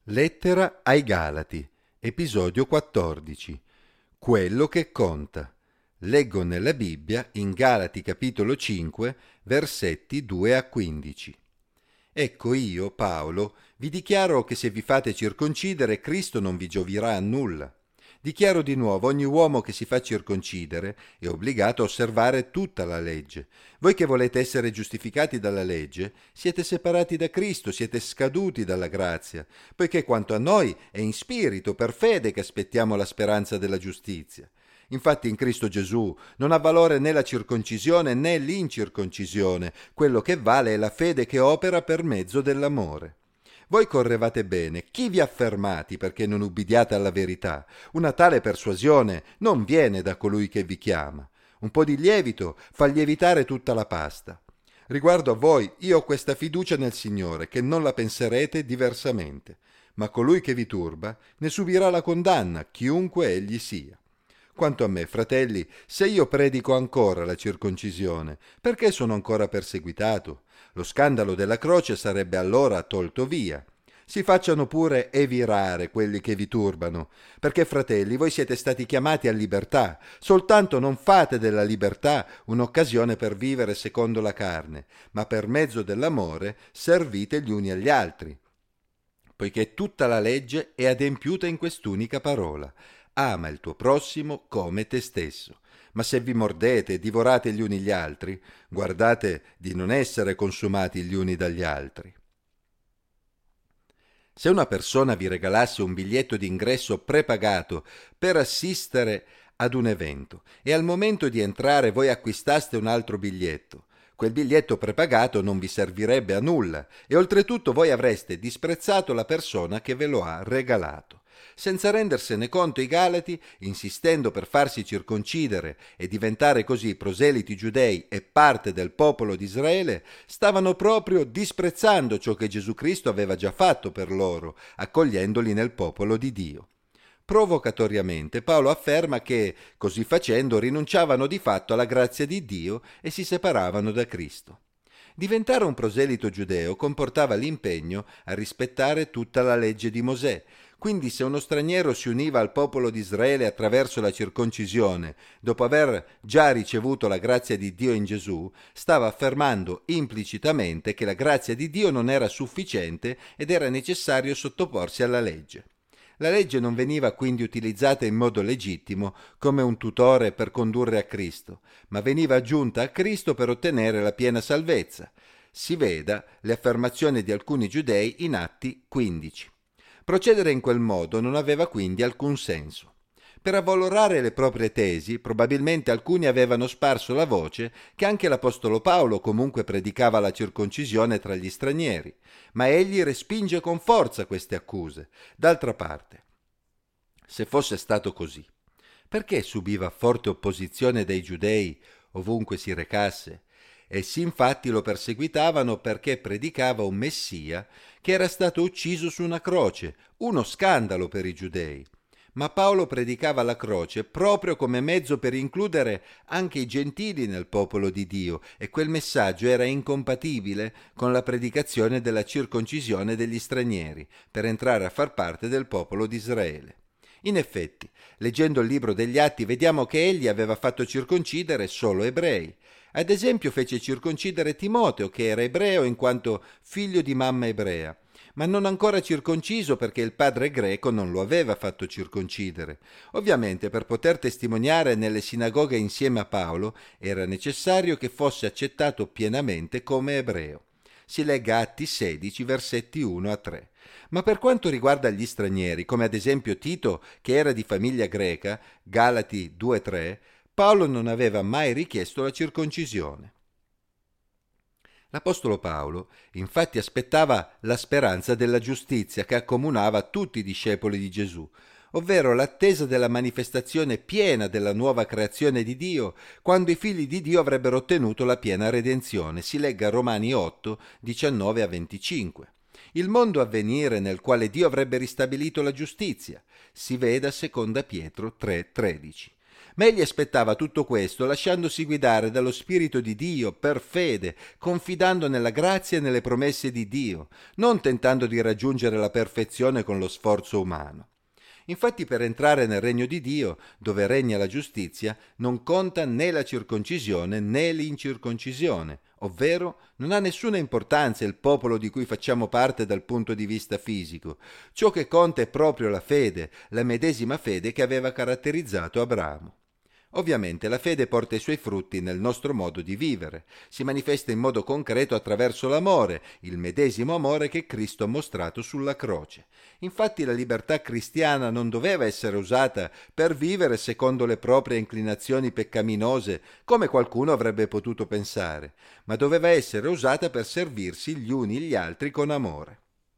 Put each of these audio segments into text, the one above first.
Lettera ai Galati, episodio 14. Quello che conta. Leggo nella Bibbia in Galati capitolo 5, versetti 2 a 15. Ecco io, Paolo, vi dichiaro che se vi fate circoncidere, Cristo non vi giovirà a nulla. Dichiaro di nuovo, ogni uomo che si fa circoncidere è obbligato a osservare tutta la legge. Voi che volete essere giustificati dalla legge, siete separati da Cristo, siete scaduti dalla grazia, poiché quanto a noi è in spirito, per fede che aspettiamo la speranza della giustizia. Infatti in Cristo Gesù non ha valore né la circoncisione né l'incirconcisione, quello che vale è la fede che opera per mezzo dell'amore. Voi correvate bene, chi vi ha fermati perché non ubbidiate alla verità? Una tale persuasione non viene da colui che vi chiama. Un po' di lievito fa lievitare tutta la pasta. Riguardo a voi, io ho questa fiducia nel Signore, che non la penserete diversamente. Ma colui che vi turba ne subirà la condanna, chiunque egli sia. Quanto a me, fratelli, se io predico ancora la circoncisione, perché sono ancora perseguitato? Lo scandalo della croce sarebbe allora tolto via. Si facciano pure evirare quelli che vi turbano, perché, fratelli, voi siete stati chiamati a libertà, soltanto non fate della libertà un'occasione per vivere secondo la carne, ma per mezzo dell'amore servite gli uni agli altri. Poiché tutta la legge è adempiuta in quest'unica parola: ama il tuo prossimo come te stesso. Ma se vi mordete e divorate gli uni gli altri, guardate di non essere consumati gli uni dagli altri. Se una persona vi regalasse un biglietto d'ingresso prepagato per assistere ad un evento e al momento di entrare voi acquistaste un altro biglietto, quel biglietto prepagato non vi servirebbe a nulla e oltretutto voi avreste disprezzato la persona che ve lo ha regalato. Senza rendersene conto i Galati, insistendo per farsi circoncidere e diventare così proseliti giudei e parte del popolo di Israele, stavano proprio disprezzando ciò che Gesù Cristo aveva già fatto per loro, accogliendoli nel popolo di Dio. Provocatoriamente Paolo afferma che, così facendo, rinunciavano di fatto alla grazia di Dio e si separavano da Cristo. Diventare un proselito giudeo comportava l'impegno a rispettare tutta la legge di Mosè. Quindi se uno straniero si univa al popolo di Israele attraverso la circoncisione, dopo aver già ricevuto la grazia di Dio in Gesù, stava affermando implicitamente che la grazia di Dio non era sufficiente ed era necessario sottoporsi alla legge. La legge non veniva quindi utilizzata in modo legittimo come un tutore per condurre a Cristo, ma veniva aggiunta a Cristo per ottenere la piena salvezza. Si veda le affermazioni di alcuni giudei in Atti 15. Procedere in quel modo non aveva quindi alcun senso. Per avvalorare le proprie tesi, probabilmente alcuni avevano sparso la voce che anche l'Apostolo Paolo comunque predicava la circoncisione tra gli stranieri, ma egli respinge con forza queste accuse. D'altra parte, se fosse stato così, perché subiva forte opposizione dai giudei ovunque si recasse? Essi infatti lo perseguitavano perché predicava un Messia che era stato ucciso su una croce, uno scandalo per i giudei. Ma Paolo predicava la croce proprio come mezzo per includere anche i gentili nel popolo di Dio e quel messaggio era incompatibile con la predicazione della circoncisione degli stranieri per entrare a far parte del popolo di Israele. In effetti, leggendo il libro degli Atti vediamo che egli aveva fatto circoncidere solo ebrei. Ad esempio fece circoncidere Timoteo, che era ebreo in quanto figlio di mamma ebrea, ma non ancora circonciso perché il padre greco non lo aveva fatto circoncidere. Ovviamente per poter testimoniare nelle sinagoghe insieme a Paolo era necessario che fosse accettato pienamente come ebreo. Si legga Atti 16, versetti 1 a 3. Ma per quanto riguarda gli stranieri, come ad esempio Tito, che era di famiglia greca, Galati 2-3, Paolo non aveva mai richiesto la circoncisione. L'Apostolo Paolo infatti aspettava la speranza della giustizia che accomunava tutti i discepoli di Gesù, ovvero l'attesa della manifestazione piena della nuova creazione di Dio, quando i figli di Dio avrebbero ottenuto la piena redenzione. Si legga Romani 8, 19 a 25. Il mondo a venire nel quale Dio avrebbe ristabilito la giustizia. Si veda seconda Pietro 3, 13. Ma egli aspettava tutto questo lasciandosi guidare dallo Spirito di Dio per fede, confidando nella grazia e nelle promesse di Dio, non tentando di raggiungere la perfezione con lo sforzo umano. Infatti per entrare nel regno di Dio, dove regna la giustizia, non conta né la circoncisione né l'incirconcisione, ovvero non ha nessuna importanza il popolo di cui facciamo parte dal punto di vista fisico. Ciò che conta è proprio la fede, la medesima fede che aveva caratterizzato Abramo. Ovviamente la fede porta i suoi frutti nel nostro modo di vivere, si manifesta in modo concreto attraverso l'amore, il medesimo amore che Cristo ha mostrato sulla croce. Infatti la libertà cristiana non doveva essere usata per vivere secondo le proprie inclinazioni peccaminose, come qualcuno avrebbe potuto pensare, ma doveva essere usata per servirsi gli uni gli altri con amore.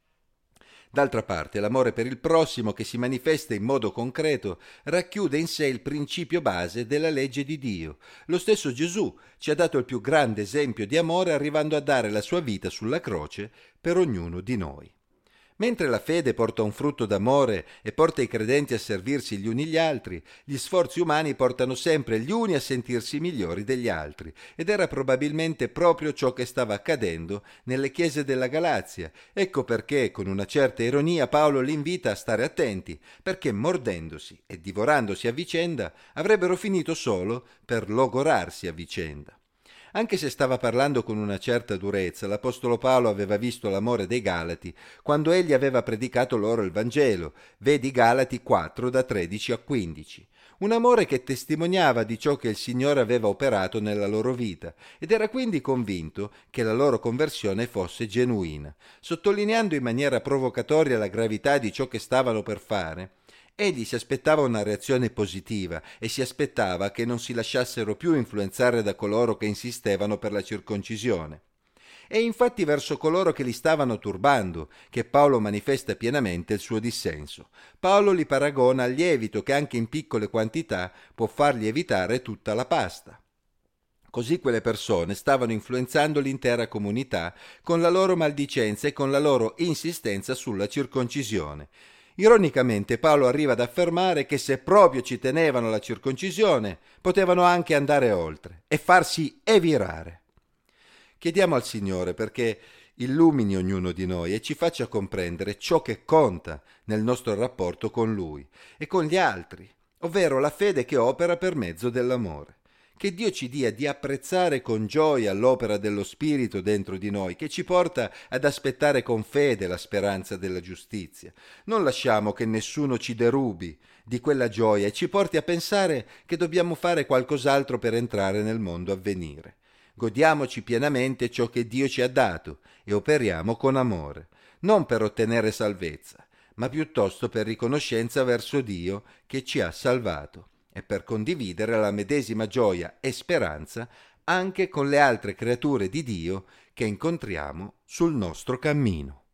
D'altra parte, l'amore per il prossimo che si manifesta in modo concreto racchiude in sé il principio base della legge di Dio. Lo stesso Gesù ci ha dato il più grande esempio di amore arrivando a dare la sua vita sulla croce per ognuno di noi. Mentre la fede porta un frutto d'amore e porta i credenti a servirsi gli uni gli altri, gli sforzi umani portano sempre gli uni a sentirsi migliori degli altri, ed era probabilmente proprio ciò che stava accadendo nelle chiese della Galazia. Ecco perché, con una certa ironia, Paolo li invita a stare attenti, perché mordendosi e divorandosi a vicenda avrebbero finito solo per logorarsi a vicenda. Anche se stava parlando con una certa durezza, l'Apostolo Paolo aveva visto l'amore dei Galati quando egli aveva predicato loro il Vangelo, vedi Galati 4 da 13 a 15. Un amore che testimoniava di ciò che il Signore aveva operato nella loro vita ed era quindi convinto che la loro conversione fosse genuina. Sottolineando in maniera provocatoria la gravità di ciò che stavano per fare, egli si aspettava una reazione positiva e si aspettava che non si lasciassero più influenzare da coloro che insistevano per la circoncisione. È infatti verso coloro che li stavano turbando che Paolo manifesta pienamente il suo dissenso. Paolo li paragona al lievito che anche in piccole quantità può far lievitare tutta la pasta. Così quelle persone stavano influenzando l'intera comunità con la loro maldicenza e con la loro insistenza sulla circoncisione. Ironicamente Paolo arriva ad affermare che se proprio ci tenevano alla circoncisione, potevano anche andare oltre e farsi evirare. Chiediamo al Signore perché illumini ognuno di noi e ci faccia comprendere ciò che conta nel nostro rapporto con Lui e con gli altri, ovvero la fede che opera per mezzo dell'amore. Che Dio ci dia di apprezzare con gioia l'opera dello Spirito dentro di noi, che ci porta ad aspettare con fede la speranza della giustizia. Non lasciamo che nessuno ci derubi di quella gioia e ci porti a pensare che dobbiamo fare qualcos'altro per entrare nel mondo a venire. Godiamoci pienamente ciò che Dio ci ha dato e operiamo con amore, non per ottenere salvezza, ma piuttosto per riconoscenza verso Dio che ci ha salvato e per condividere la medesima gioia e speranza anche con le altre creature di Dio che incontriamo sul nostro cammino.